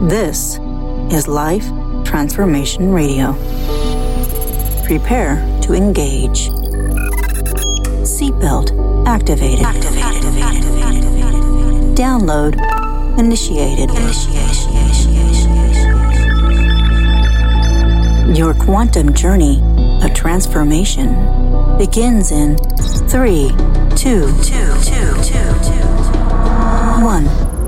This is Life Transformation Radio. Prepare to engage. Seatbelt activated. Download initiated. Your quantum journey of transformation begins in 3, 2, 1.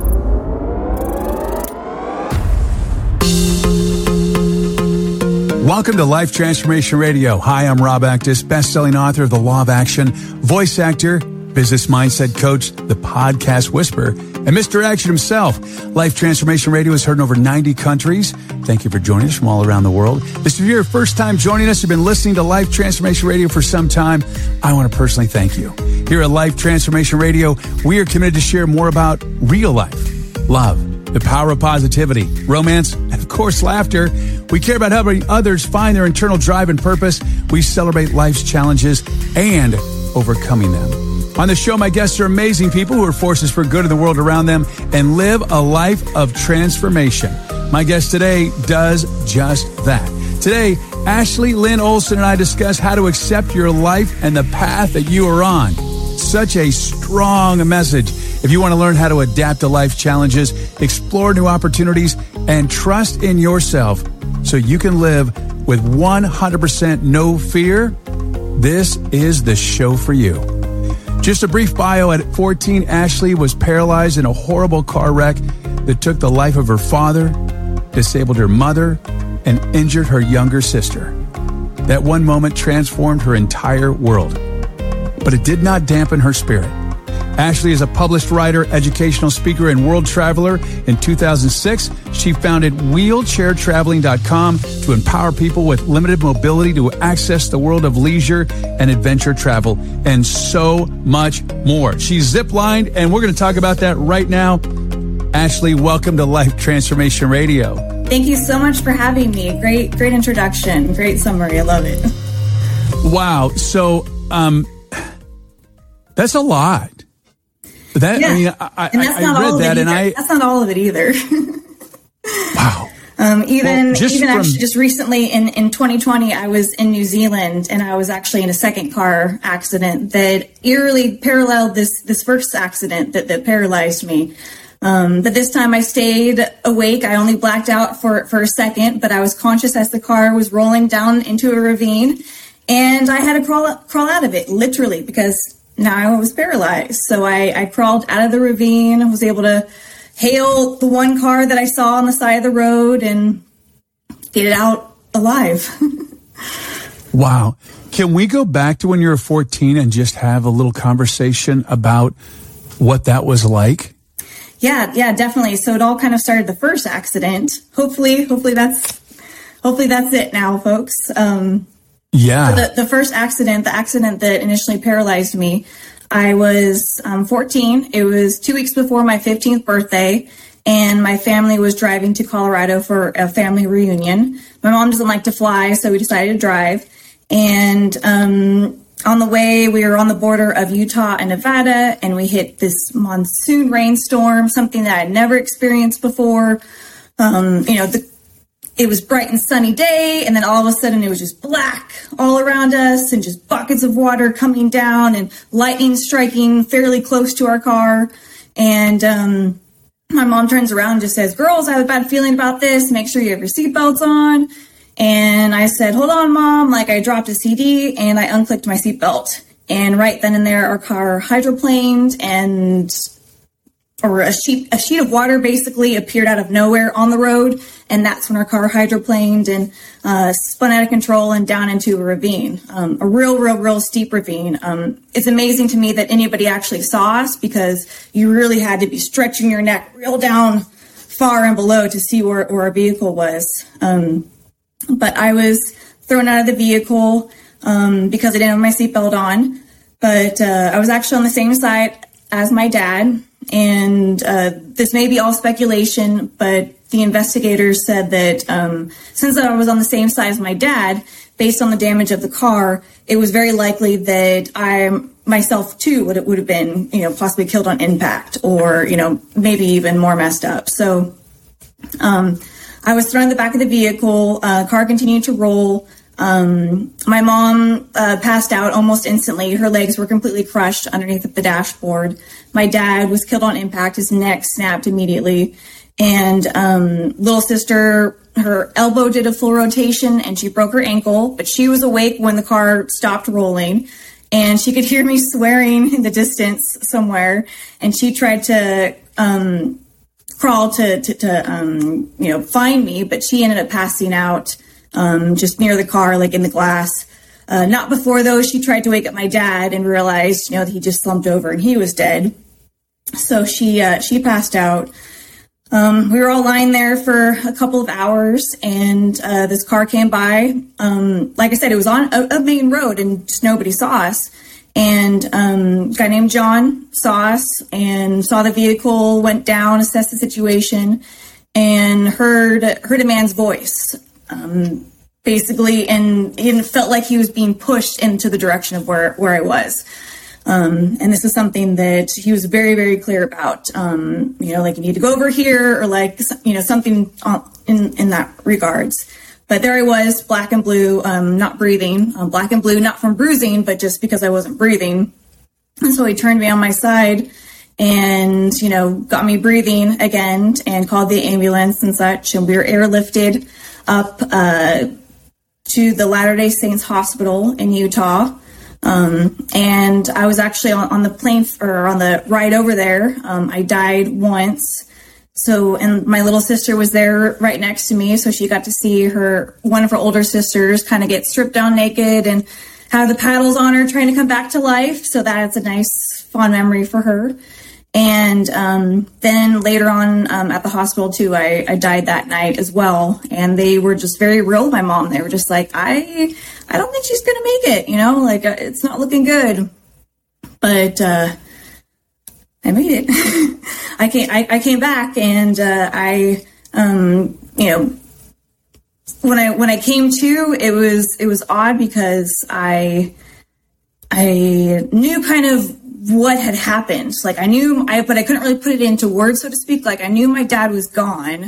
Welcome to Life Transformation Radio. Hi, I'm Rob Actis, best-selling author of The Law of Action, voice actor, business mindset coach, the podcast whisperer, and Mr. Action himself. Life Transformation Radio is heard in over 90 countries. Thank you for joining us from all around the world. This is your first time joining us. You've been listening to Life Transformation Radio for some time. I want to personally thank you. Here at Life Transformation Radio, we are committed to share more about real life, love, the power of positivity, romance, and of course, laughter. We care about helping others find their internal drive and purpose. We celebrate life's challenges and overcoming them. On the show, my guests are amazing people who are forces for good in the world around them and live a life of transformation. My guest today does just that. Today, Ashley Lynn Olsen and I discuss how to accept your life and the path that you are on. Such a strong message. If you want to learn how to adapt to life's challenges, explore new opportunities, and trust in yourself so you can live with 100% no fear, this is the show for you. Just a brief bio. At 14, Ashley was paralyzed in a horrible car wreck that took the life of her father, disabled her mother, and injured her younger sister. That one moment transformed her entire world. But it did not dampen her spirit. Ashley is a published writer, educational speaker, and world traveler. In 2006, she founded wheelchairtraveling.com to empower people with limited mobility to access the world of leisure and adventure travel, and so much more. She's zip-lined, and we're going to talk about that right now. Ashley, welcome to Life Transformation Radio. Thank you so much for having me. Great introduction. Great summary. I love it. Wow. So, that's a lot. That, yeah. I mean, I read that, and that's not all of it either. Wow. Just recently in 2020, I was in New Zealand, and I was actually in a second car accident that eerily paralleled this first accident that paralyzed me. But this time I stayed awake. I only blacked out for a second, but I was conscious as the car was rolling down into a ravine, and I had to crawl out of it, literally, because now I was paralyzed. So I crawled out of the ravine, was able to hail the one car that I saw on the side of the road and get it out alive. Wow. Can we go back to when you were 14 and just have a little conversation about what that was like? Yeah, definitely. So it all kind of started the first accident. Hopefully that's it now, folks. Yeah. So the first accident, the accident that initially paralyzed me, I was 14. It was 2 weeks before my 15th birthday, and my family was driving to Colorado for a family reunion. My mom doesn't like to fly, so we decided to drive. And on the way, we were on the border of Utah and Nevada, and we hit this monsoon rainstorm, something that I'd never experienced before. It was bright and sunny day, and then all of a sudden it was just black all around us and just buckets of water coming down and lightning striking fairly close to our car. And my mom turns around and just says, "Girls, I have a bad feeling about this. Make sure you have your seatbelts on." And I said, "Hold on, Mom." I dropped a CD and I unclicked my seatbelt. And right then and there, our car hydroplaned, or a sheet of water basically appeared out of nowhere on the road, and that's when our car hydroplaned and spun out of control and down into a ravine, a real steep ravine. It's amazing to me that anybody actually saw us, because you really had to be stretching your neck real down far and below to see where our vehicle was. But I was thrown out of the vehicle because I didn't have my seatbelt on, but I was actually on the same side as my dad. And this may be all speculation, but the investigators said that since I was on the same side as my dad, based on the damage of the car, it was very likely that I myself too would have been, possibly killed on impact, or, maybe even more messed up. So I was thrown in the back of the vehicle. Car continued to roll. My mom passed out almost instantly. Her legs were completely crushed underneath the dashboard. My dad was killed on impact. His neck snapped immediately. And little sister, her elbow did a full rotation and she broke her ankle, but she was awake when the car stopped rolling. And she could hear me swearing in the distance somewhere. And she tried to crawl to find me, but she ended up passing out just near the car, like in the glass. Not before, though, she tried to wake up my dad and realized, that he just slumped over and he was dead. So she passed out. We were all lying there for a couple of hours, and this car came by. Like I said, it was on a main road, and just nobody saw us. And a guy named John saw us and saw the vehicle, went down, assessed the situation, and heard a man's voice, basically, and it felt like he was being pushed into the direction of where I was. And this is something that he was very, very clear about, like you need to go over here, or like, something in that regards. But there I was, black and blue, not breathing, black and blue, not from bruising, but just because I wasn't breathing. And so he turned me on my side and, got me breathing again and called the ambulance and such. And we were airlifted up, to the Latter-day Saints Hospital in Utah. And I was actually on the plane or on the ride over there. I died once. So, and my little sister was there right next to me. So she got to see one of her older sisters kind of get stripped down naked and have the paddles on her trying to come back to life. So that's a nice fond memory for her. And, then later on, at the hospital too, I died that night as well. And they were just very real with my mom. They were just like, I don't think she's going to make it, it's not looking good. But, I made it. I came back and, when I came to, it was odd because I knew kind of what had happened. Like I knew, but I couldn't really put it into words, so to speak. Like I knew my dad was gone.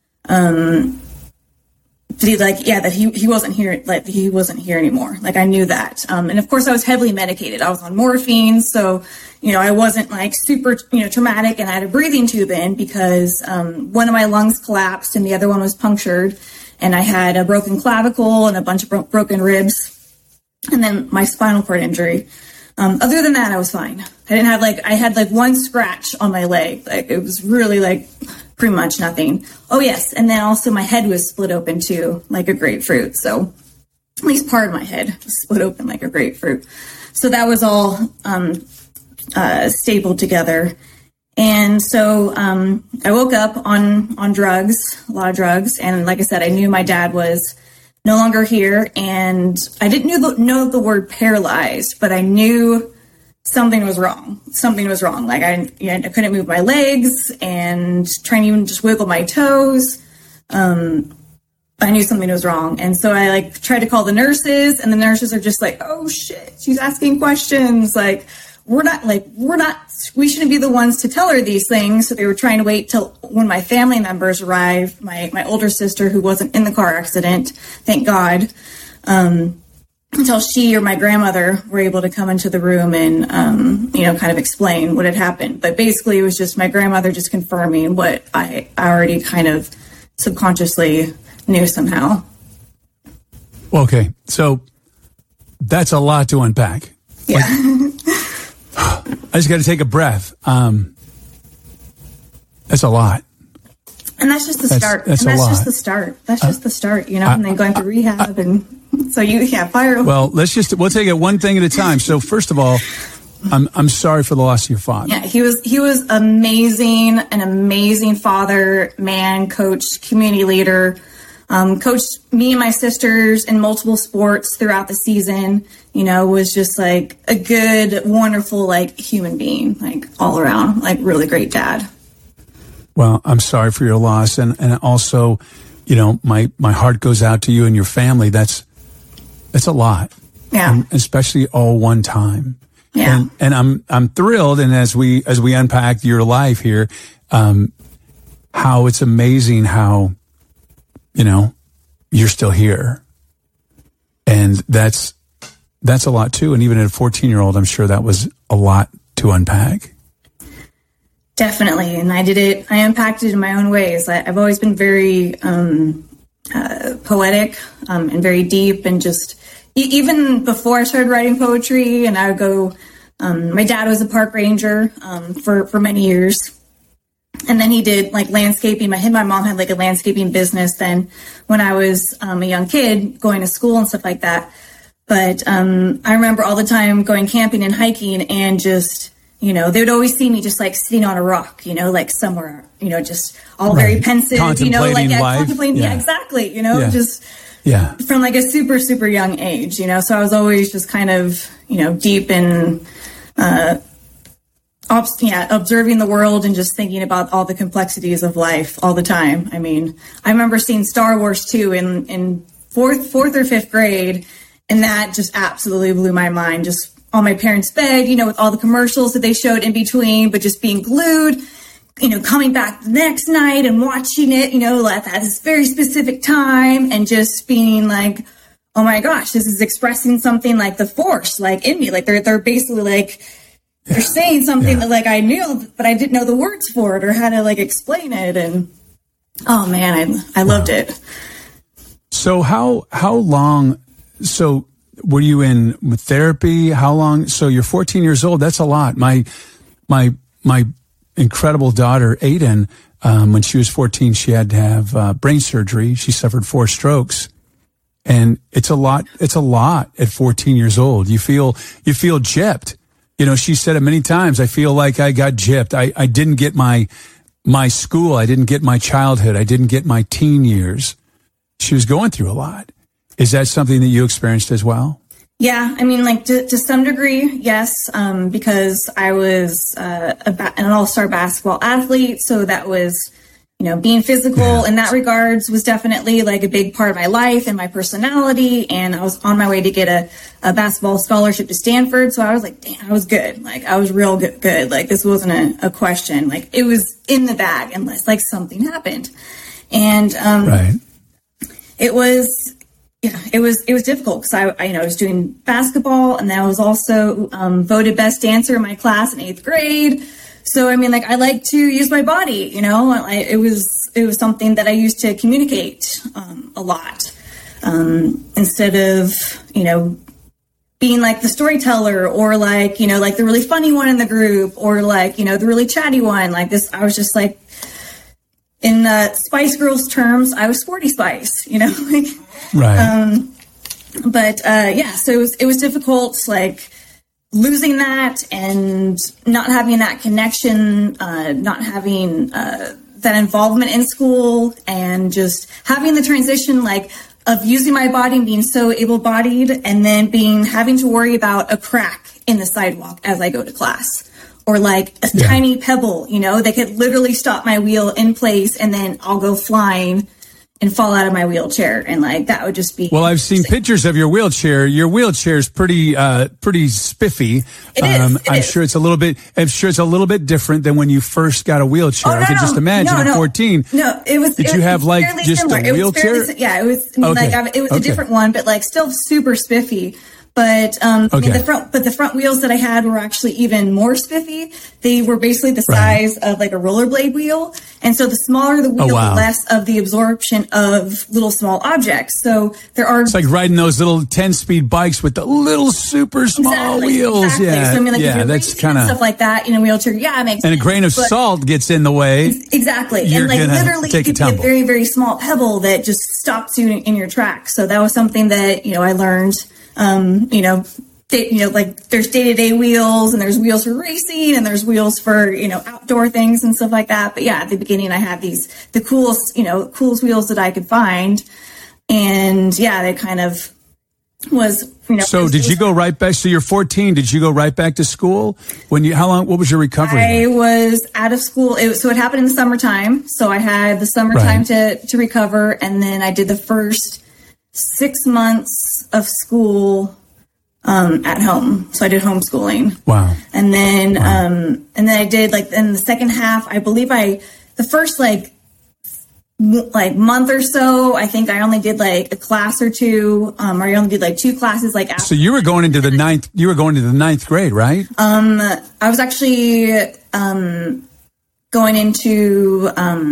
That he wasn't here, like he wasn't here anymore. Like I knew that. And of course I was heavily medicated. I was on morphine. So, I wasn't like super, traumatic, and I had a breathing tube in because, one of my lungs collapsed and the other one was punctured, and I had a broken clavicle and a bunch of broken ribs, and then my spinal cord injury. Other than that, I was fine. I had one scratch on my leg. Like it was really like pretty much nothing. Oh yes. And then also my head was split open too, like a grapefruit. So at least part of my head was split open like a grapefruit. So that was all, stapled together. And so, I woke up on drugs, a lot of drugs. And like I said, I knew my dad was no longer here, and I didn't know the word paralyzed, but I knew something was wrong. Something was wrong. Like I couldn't move my legs and trying to even just wiggle my toes. I knew something was wrong. And so I tried to call the nurses, and the nurses are just like, oh shit, she's asking questions. Like, we shouldn't be the ones to tell her these things. So they were trying to wait till when my family members arrived, my older sister who wasn't in the car accident, thank God, until she or my grandmother were able to come into the room and, kind of explain what had happened. But basically it was just my grandmother just confirming what I already kind of subconsciously knew somehow. Okay. So that's a lot to unpack. Yeah. I just got to take a breath. That's a lot. And that's just the start. That's just the start. That's just the start, and then going to rehab. And so fire. Well, we'll take it one thing at a time. So first of all, I'm sorry for the loss of your father. Yeah, he was amazing, an amazing father, man, coach, community leader. Coached me and my sisters in multiple sports throughout the season, was just like a good, wonderful, human being, all around, really great dad. Well, I'm sorry for your loss. And also, my heart goes out to you and your family. That's a lot. Yeah. And especially all one time. Yeah. And I'm thrilled. And as we unpack your life here, how it's amazing how, you're still here. And that's a lot too. And even at a 14-year-old, I'm sure that was a lot to unpack. Definitely. And I unpacked it in my own ways. I've always been very poetic and very deep, and just even before I started writing poetry, and I would go, my dad was a park ranger for many years. And then he did like landscaping. My mom had like a landscaping business then when I was a young kid going to school and stuff like that. But I remember all the time going camping and hiking, and just, they would always see me just like sitting on a rock, like somewhere, just all very pensive, contemplating life. Contemplating, yeah, exactly, just from like a super, super young age, so I was always just kind of, deep in, observing the world and just thinking about all the complexities of life all the time. I mean, I remember seeing Star Wars 2 in fourth or fifth grade, and that just absolutely blew my mind. Just on my parents' bed, with all the commercials that they showed in between, but just being glued, coming back the next night and watching it, like at this very specific time, and just being like, oh my gosh, this is expressing something like the Force, like in me. Like they're basically like, they're saying something that like I knew, but I didn't know the words for it or how to like explain it. And oh man, I loved it. So how long, were you in therapy? How long? So you're 14 years old. That's a lot. My incredible daughter, Aiden, when she was 14, she had to have brain surgery. She suffered 4 strokes. And it's a lot at 14 years old. You feel gypped. She said it many times. I feel like I got gypped. I didn't get my school. I didn't get my childhood. I didn't get my teen years. She was going through a lot. Is that something that you experienced as well? Yeah. I mean, like to some degree, yes. Because I was an all-star basketball athlete. So that was, being physical in that regards was definitely like a big part of my life and my personality. And I was on my way to get a basketball scholarship to Stanford. So I was like, damn, I was good. Like I was real good. Like this wasn't a question. Like it was in the bag unless like something happened. And it was difficult because I was doing basketball, and then I was also voted best dancer in my class in 8th grade. So, I mean, like, I like to use my body, it was something that I used to communicate a lot instead of, being like the storyteller or like, like the really funny one in the group or like, the really chatty one like this. I was just like, in the Spice Girls terms, I was Sporty Spice, like, right. So it was difficult, like, losing that and not having that connection, not having that involvement in school, and just having the transition like of using my body and being so able-bodied, and then having to worry about a crack in the sidewalk as I go to class, or like a tiny pebble, that could literally stop my wheel in place, and then I'll go flying and fall out of my wheelchair, and like that would just be. Well, I've seen pictures of your wheelchair. Your wheelchair is pretty spiffy. It is. I'm sure it's a little bit different than when you first got a wheelchair. I could just imagine at 14. No, it was. Did you have like just similar. a wheelchair? It was like it was a different one, but like still super spiffy. But the front wheels that I had were actually even more spiffy. They were basically the size of like a rollerblade wheel, and so the smaller the wheel, the less of the absorption of little small objects. So it's like riding those little 10-speed bikes with the little super small wheels. Exactly. Yeah, so, I mean, like, if you're that's kind of stuff like that in a wheelchair. Yeah, it makes sense. And a grain of salt gets in the way. Exactly, You're and like literally, take it could be a very, very small pebble that just stops you in your tracks. So that was something that I learned. Like there's day-to-day wheels, and there's wheels for racing, and there's wheels for, outdoor things and stuff like that. But yeah, at the beginning I had the coolest wheels that I could find. And yeah, they kind of was, So did you go right back? So you're 14. Did you go right back to school? What was your recovery? I was out of school. So it happened in the summertime. So I had the summertime to recover. And then I did the first 6 months of school at home. So I did homeschooling. Wow. And then I did like in the second half, I believe the first like like month or so, I think I only did like a class or two, or I only did like 2 classes. Like after. So you were going into the ninth grade, right? I was actually going into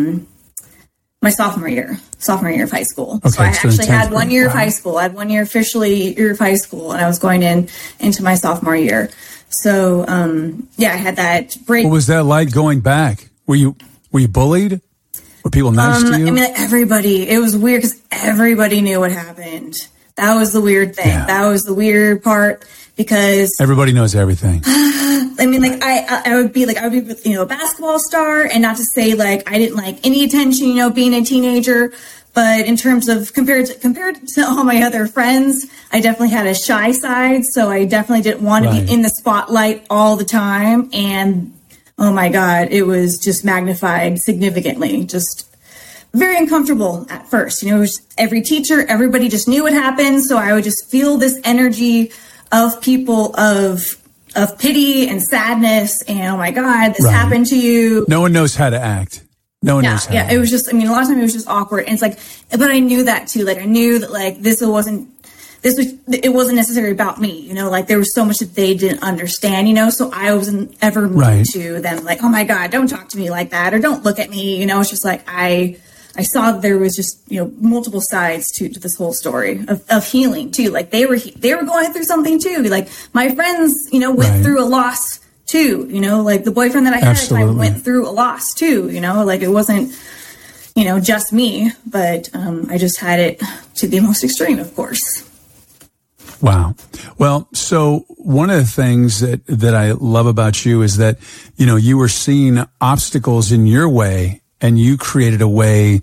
my sophomore year of high school. Okay, so I actually had 1 year of Wow. high school. I had 1 year officially year of high school, and I was going into my sophomore year. So I had that break. What was that like going back? Were you bullied? Were people nice to you? I mean, like, everybody. It was weird because everybody knew what happened. That was the weird thing. Yeah. That was the weird part because Everybody knows everything. I mean, like I would be a basketball star, and not to say like I didn't like any attention, being a teenager. But in terms of compared to all my other friends, I definitely had a shy side. So I definitely didn't want to Right. be in the spotlight all the time. And oh my God, it was just magnified significantly. Just very uncomfortable at first. It was every teacher, everybody just knew what happened. So I would just feel this energy of people of pity and sadness. And oh my God, this Right. happened to you. No one knows how to act. No one knows how to It act. was just, a lot of time it was just awkward. And it's like, but I knew that too. Like I knew that like it wasn't necessarily about me, like there was so much that they didn't understand, so I wasn't ever mean Right. to them like, oh my God, don't talk to me like that, or don't look at me, it's just like, I saw that there was just, multiple sides to this whole story of healing too. Like they were going through something too. Like my friends, went Right. through a loss too, like the boyfriend that I had, Absolutely. I went through a loss too, like it wasn't, just me, but I just had it to the most extreme, of course. Wow. Well, so one of the things that I love about you is that, you were seeing obstacles in your way and you created a way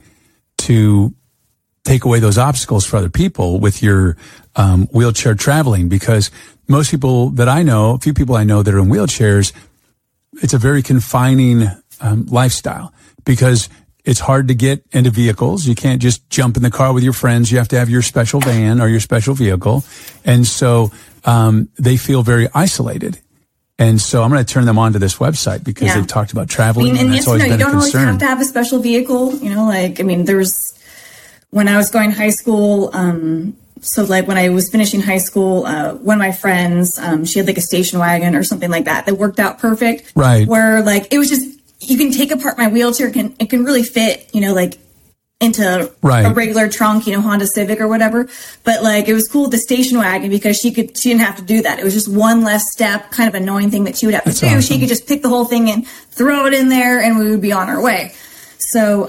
to take away those obstacles for other people with your wheelchair traveling, because most people that I know, a few people I know that are in wheelchairs, it's a very confining lifestyle because it's hard to get into vehicles. You can't just jump in the car with your friends. You have to have your special van or your special vehicle. And so they feel very isolated. And so I'm going to turn them on to this website because they've talked about traveling, and that's always been a you don't always concern. have to have a special vehicle, there was, when I was going to high school, so like when I was finishing high school, one of my friends, she had like a station wagon or something like that worked out perfect. Right. Where like, it was just, you can take apart my wheelchair, it can really fit, like into Right. a regular trunk, Honda Civic or whatever. But like, it was cool with the station wagon because she didn't have to do that. It was just one less step, kind of annoying thing that she would have to do. awesome. She could just pick the whole thing and throw it in there and we would be on our way. So,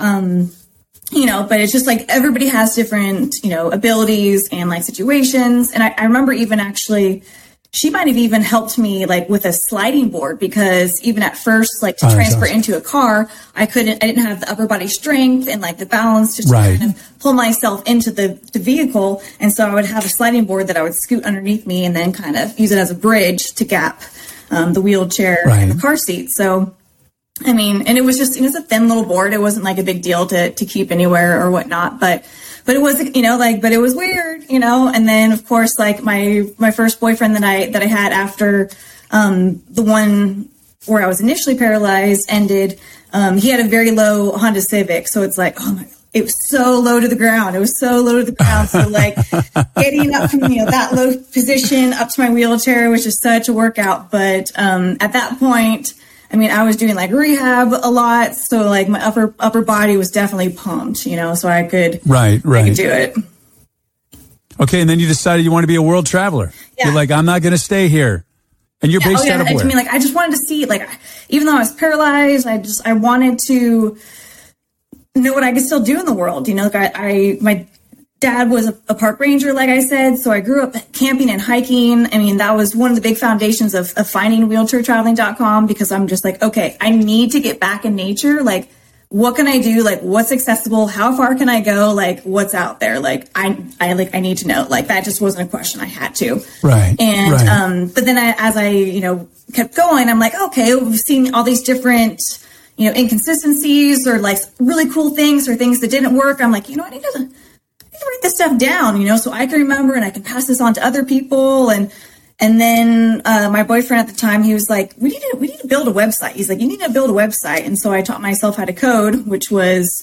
but it's just like everybody has different, abilities and like situations. And I remember even actually, she might have even helped me like with a sliding board because even at first, like to transfer awesome. into a car, I didn't have the upper body strength and like the balance just Right. to kind of pull myself into the vehicle. And so I would have a sliding board that I would scoot underneath me and then kind of use it as a bridge to gap the wheelchair Right. and the car seat. So, and it was just, it's a thin little board. It wasn't like a big deal to keep anywhere or whatnot, but it was, but it was weird, and then of course, like my first boyfriend that I had after, the one where I was initially paralyzed ended, he had a very low Honda Civic. So it's like, oh my, it was so low to the ground. So like getting up from, that low position up to my wheelchair was just such a workout. But, at that point, I was doing like rehab a lot. So like my upper body was definitely pumped, so I could, Right. I could do it. Okay. And then you decided you want to be a world traveler. Yeah. You're like, I'm not going to stay here. And you're based out of where? I just wanted to see, like, even though I was paralyzed, I wanted to know what I could still do in the world. My dad was a park ranger, like I said, so I grew up camping and hiking. That was one of the big foundations of finding wheelchairtraveling.com, because I'm just like, okay, I need to get back in nature. Like, what can I do? Like, what's accessible? How far can I go? Like, what's out there? Like, I need to know. Like, that just wasn't a question. I had to. Right. And, right. But then as I kept going, I'm like, okay, we've seen all these different, inconsistencies or like really cool things or things that didn't work. I'm like, I need to write this stuff down, so I can remember and I can pass this on to other people. And then my boyfriend at the time, he was like, we need to build a website. He's like, you need to build a website. And so I taught myself how to code, which was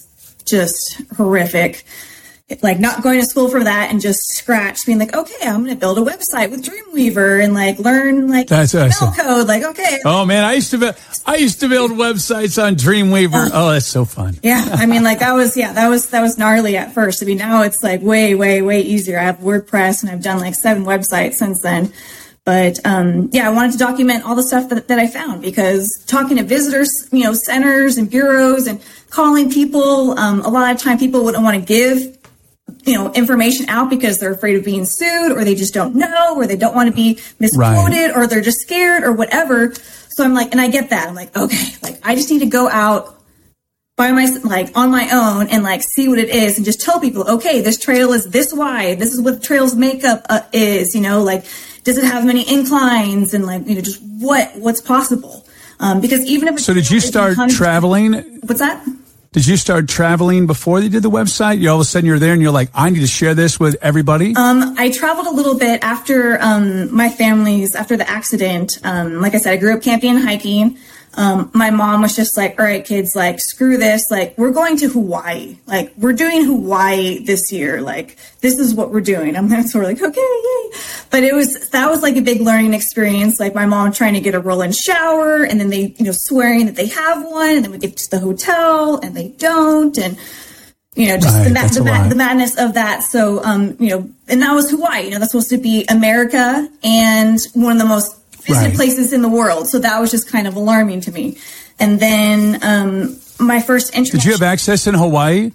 just horrific. Like not going to school for that and just scratch, being like, okay, I'm going to build a website with Dreamweaver and like learn like that's awesome. code. Like, okay. Oh man, I used to build websites on Dreamweaver. Oh, that's so fun. Yeah. I mean, like that was gnarly at first. I mean, now it's like way, way, way easier. I have WordPress and I've done like 7 websites since then. But, I wanted to document all the stuff that I found, because talking to visitors, centers and bureaus and calling people, a lot of time people wouldn't want to give information out because they're afraid of being sued, or they just don't know, or they don't want to be misquoted, or they're just scared or whatever. So I'm like, and I get that. I'm like, okay, like I just need to go out on my own and like see what it is and just tell people, okay, this trail is this wide. This is what the trail's makeup is, like, does it have many inclines, and like, just what's possible. Because even if so, did you start traveling? What's that? Did you start traveling before you did the website? You all of a sudden you're there and you're like, I need to share this with everybody. I traveled a little bit after after the accident. Like I said, I grew up camping and hiking. My mom was just like, all right, kids, like, screw this. Like, we're going to Hawaii. Like, we're doing Hawaii this year. Like, this is what we're doing. I'm sort of like, okay, yay. But that was like a big learning experience. Like my mom trying to get a roll-in shower, and then they, swearing that they have one, and then we get to the hotel and they don't. And, just the madness of that. So, and that was Hawaii. That's supposed to be America and one of the most visited places in the world. So that was just kind of alarming to me. And then my first international... Did you have access in Hawaii?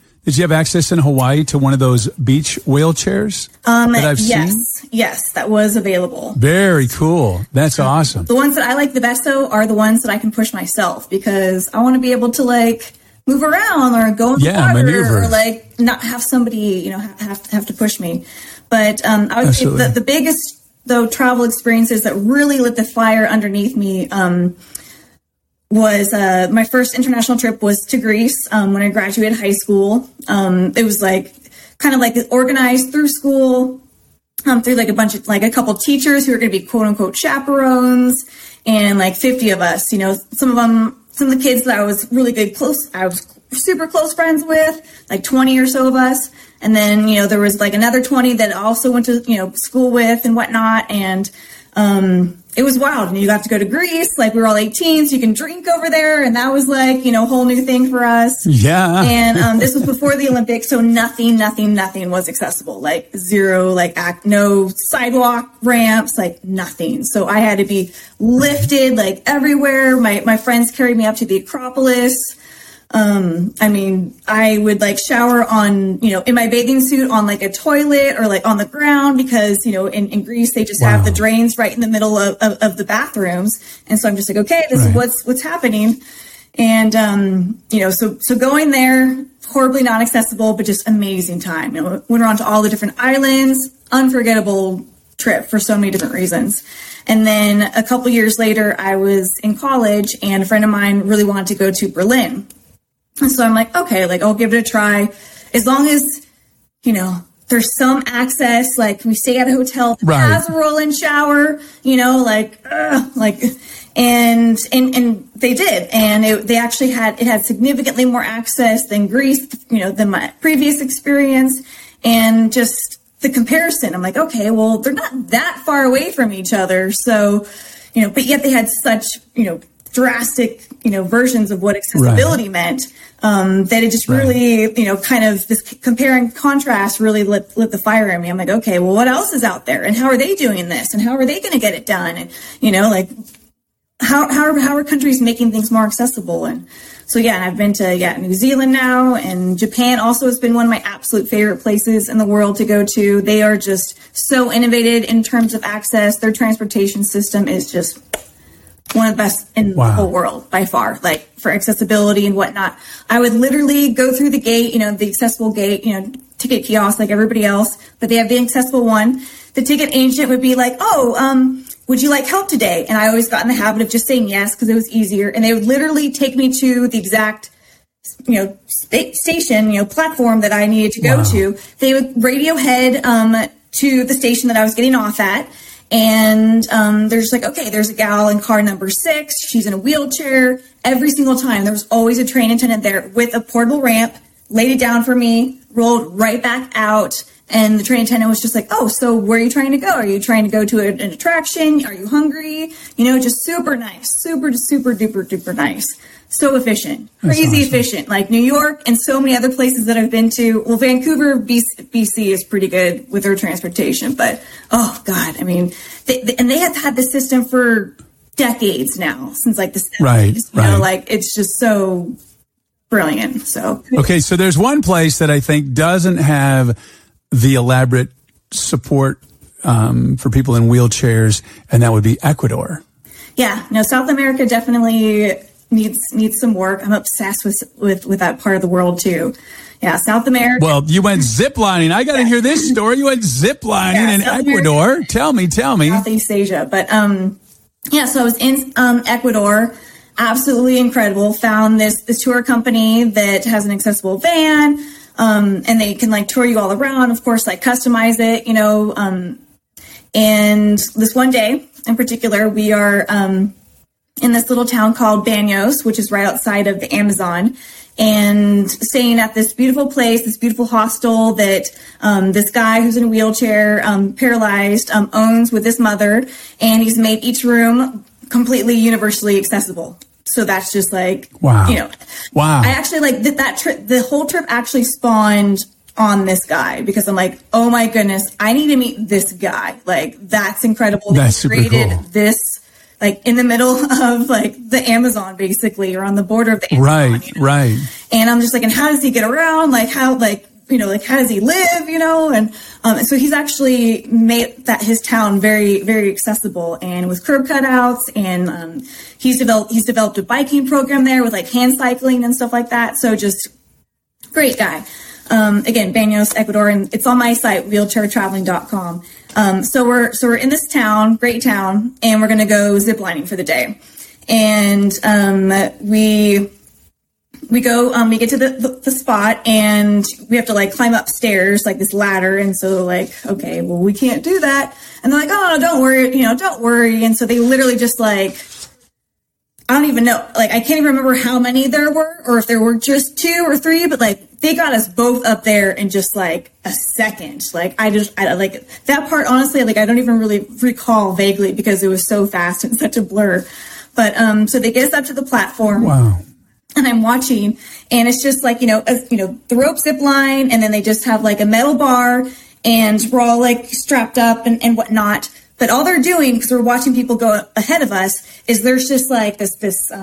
To one of those beach wheelchairs that I've seen? Yes, that was available. Very cool. That's awesome. The ones that I like the best, though, are the ones that I can push myself, because I want to be able to, like, move around or go in the water, maneuver, or like not have somebody, have to push me. But I would say the biggest, though, travel experiences that really lit the fire underneath me was my first international trip was to Greece when I graduated high school. It was like kind of like organized through school, through like a couple teachers who were going to be quote unquote chaperones, and like 50 of us. Some of the kids that I was I was super close friends with, like 20 or so of us. And then, there was like another 20 that I also went to, school with and whatnot. And, it was wild. And you got to go to Greece. Like, we were all 18, so you can drink over there. And that was like, a whole new thing for us. Yeah. And, this was before the Olympics. So nothing was accessible. Like zero, like no sidewalk ramps, like nothing. So I had to be lifted like everywhere. My friends carried me up to the Acropolis. I would like shower on, in my bathing suit on like a toilet or like on the ground, because, in Greece, they just have the drains right in the middle of the bathrooms. And so I'm just like, okay, this is what's happening. And, so going there, horribly not accessible, but just amazing time. Went around to all the different islands, unforgettable trip for so many different reasons. And then a couple years later, I was in college, and a friend of mine really wanted to go to Berlin. And so I'm like, okay, like I'll give it a try, as long as, there's some access, like we stay at a hotel that has a roll-in shower, and they did. And they actually had significantly more access than Greece, than my previous experience. And just the comparison, I'm like, okay, well, they're not that far away from each other. So, but yet they had such, drastic, versions of what accessibility meant, that it just really, kind of this compare and contrast really lit the fire in me. I'm like, okay, well, what else is out there, and how are they doing this, and how are they going to get it done? And, like how are countries making things more accessible? And so, and I've been to, New Zealand now, and Japan also has been one of my absolute favorite places in the world to go to. They are just so innovative in terms of access. Their transportation system is just one of the best in the whole world by far, like for accessibility and whatnot. I would literally go through the gate, the accessible gate, ticket kiosk like everybody else, but they have the accessible one. The ticket agent would be like, would you like help today? And I always got in the habit of just saying yes, because it was easier. And they would literally take me to the exact, station, platform that I needed to go to. They would radio head to the station that I was getting off at. And they're just like, okay, there's a gal in car number 6. She's in a wheelchair. Every single time, there was always a train attendant there with a portable ramp, laid it down for me, rolled right back out. And the train attendant was just like, oh, so where are you trying to go? Are you trying to go to an attraction? Are you hungry? You know, just super nice, super duper nice. So efficient, crazy efficient, like New York and so many other places that I've been to. Well, Vancouver, BC is pretty good with their transportation, but oh God, I mean, they have had this system for decades now, since like the 70s. Right. You know, like it's just so brilliant. So okay, so there's one place that I think doesn't have the elaborate support for people in wheelchairs, and that would be Ecuador. Yeah, no, South America definitely needs some work. I'm obsessed with that part of the world too. Yeah, South America. Well, you went ziplining. I got to hear this story. You went ziplining in Ecuador. America, Tell me. Southeast Asia, but yeah. So I was in Ecuador. Absolutely incredible. Found this tour company that has an accessible van, and they can like tour you all around. Of course, like customize it, you know. And this one day in particular, we are in this little town called Baños, which is right outside of the Amazon, and staying at this beautiful place, this beautiful hostel that this guy who's in a wheelchair, paralyzed, owns with his mother, and he's made each room completely universally accessible. So that's just like, wow. You know, wow. I actually like that trip. The whole trip actually spawned on this guy because I'm like, oh my goodness, I need to meet this guy. Like, that's incredible. That's super created cool. This, like, in the middle of like the Amazon, basically, or on the border of the Amazon. Right, you know? right. And I'm just like, and how does he get around? Like, how, like, you know, like, how does he live? You know, and so he's actually made that his town very, very accessible, and with curb cutouts, and he's developed a biking program there with like hand cycling and stuff like that. So just great guy. Again, Baños, Ecuador, and it's on my site, wheelchairtraveling.com. So we're in this town, great town, and we're going to go ziplining for the day. And, we go, we get to the spot, and we have to like climb upstairs, like this ladder. And so like, okay, well, we can't do that. And they're like, oh, no, don't worry, you know, don't worry. And so they literally just like, I don't even know, like, I can't even remember how many there were, or if there were just 2 or 3, but like, they got us both up there in just like a second. Like, I like that part, honestly, like, I don't even really recall vaguely because it was so fast and such a blur. But, so they get us up to the platform. Wow. And I'm watching, and it's just like, the rope zip line, and then they just have like a metal bar, and we're all like strapped up and whatnot. But all they're doing, because we're watching people go ahead of us, is there's just like this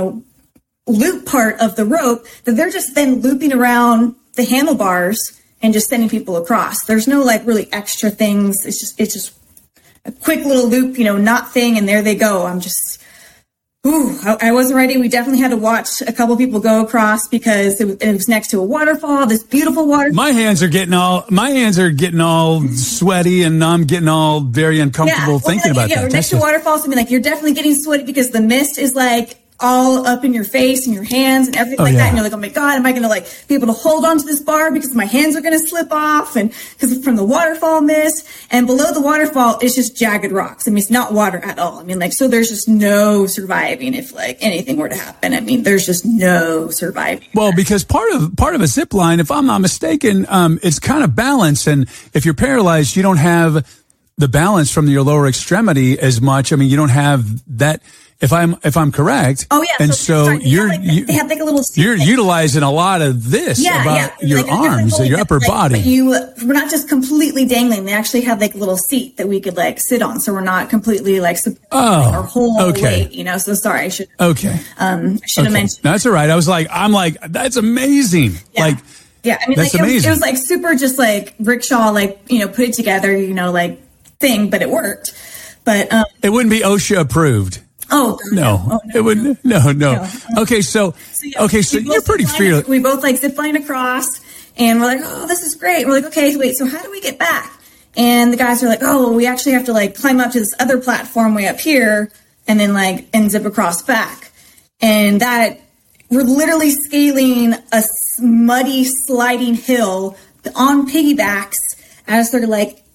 loop part of the rope that they're just then looping around the handlebars and just sending people across. There's no like really extra things. It's just a quick little loop, knot thing, and there they go. I'm just, I wasn't ready. We definitely had to watch a couple people go across because it was next to a waterfall, this beautiful waterfall. My hands are getting all sweaty, and I'm getting all very uncomfortable thinking about that. Yeah, next to waterfalls, I mean, like, you're definitely getting sweaty because the mist is like all up in your face and your hands and everything that. And you're like, oh my God, am I going to like be able to hold on to this bar because my hands are going to slip off, and because from the waterfall mist, and below the waterfall it's just jagged rocks. I mean, it's not water at all. I mean, like, so there's just no surviving if like anything were to happen. I mean, there's just no surviving. Well, because part of a zip line, if I'm not mistaken, it's kind of balance, and if you're paralyzed, you don't have the balance from your lower extremity as much. I mean, you don't have that. If I'm correct. Oh yeah. And so they have like a little seat. You're utilizing a lot of this about your arms, your upper body. But we're not just completely dangling. They actually have like a little seat that we could like sit on, so we're not completely like our whole weight. So sorry, I should. Okay. I should have mentioned. That's all right. I'm like, that's amazing. Yeah. Like. Yeah, I mean, that's like amazing. It was like super, just like rickshaw, like put it together, like thing, but it worked. But it wouldn't be OSHA approved. Oh no, it wouldn't. No. Okay, so you're pretty fearless. We both like zip line across, and we're like, oh, this is great. We're like, okay, wait, so how do we get back? And the guys are like, oh, well, we actually have to like climb up to this other platform way up here, and then like zip across back. And that we're literally scaling a muddy sliding hill on piggybacks as they're like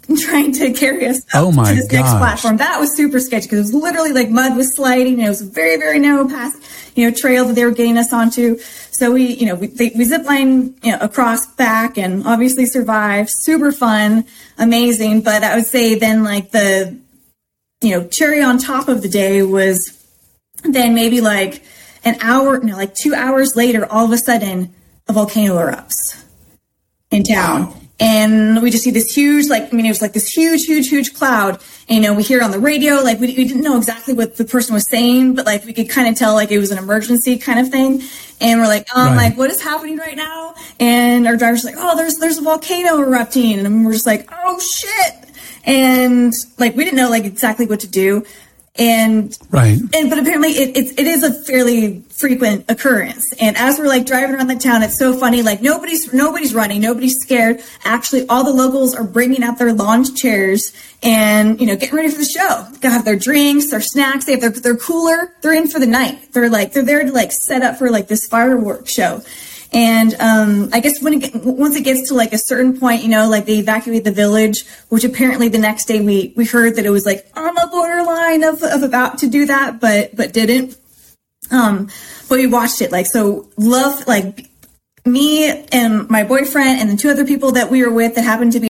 trying to carry us up Oh my to this next gosh. platform. That was super sketchy because it was literally like mud was sliding, and it was a very, very narrow path, trail that they were getting us onto. So we ziplined, across back and obviously survived. Super fun, amazing. But I would say then like the, cherry on top of the day was then maybe like an hour, 2 hours later, all of a sudden a volcano erupts in town. Wow. And we just see this huge, it was like this huge cloud. And, we hear it on the radio, we didn't know exactly what the person was saying, but we could kind of tell it was an emergency kind of thing. And we're like, right. What is happening right now? And our driver's like, oh, there's a volcano erupting. And we're just like, oh shit. And we didn't know exactly what to do. And right. But apparently it is a fairly frequent occurrence. And as we're driving around the town, it's so funny. Nobody's running, nobody's scared. Actually, all the locals are bringing out their lawn chairs and getting ready for the show. They have their drinks, their snacks. They have their cooler. They're in for the night. They're there to set up for this fireworks show. And I guess once it gets to a certain point, they evacuate the village, which apparently the next day we heard that it was on the borderline of about to do that, but didn't. But we watched it so love me and my boyfriend and the two other people that we were with that happened to be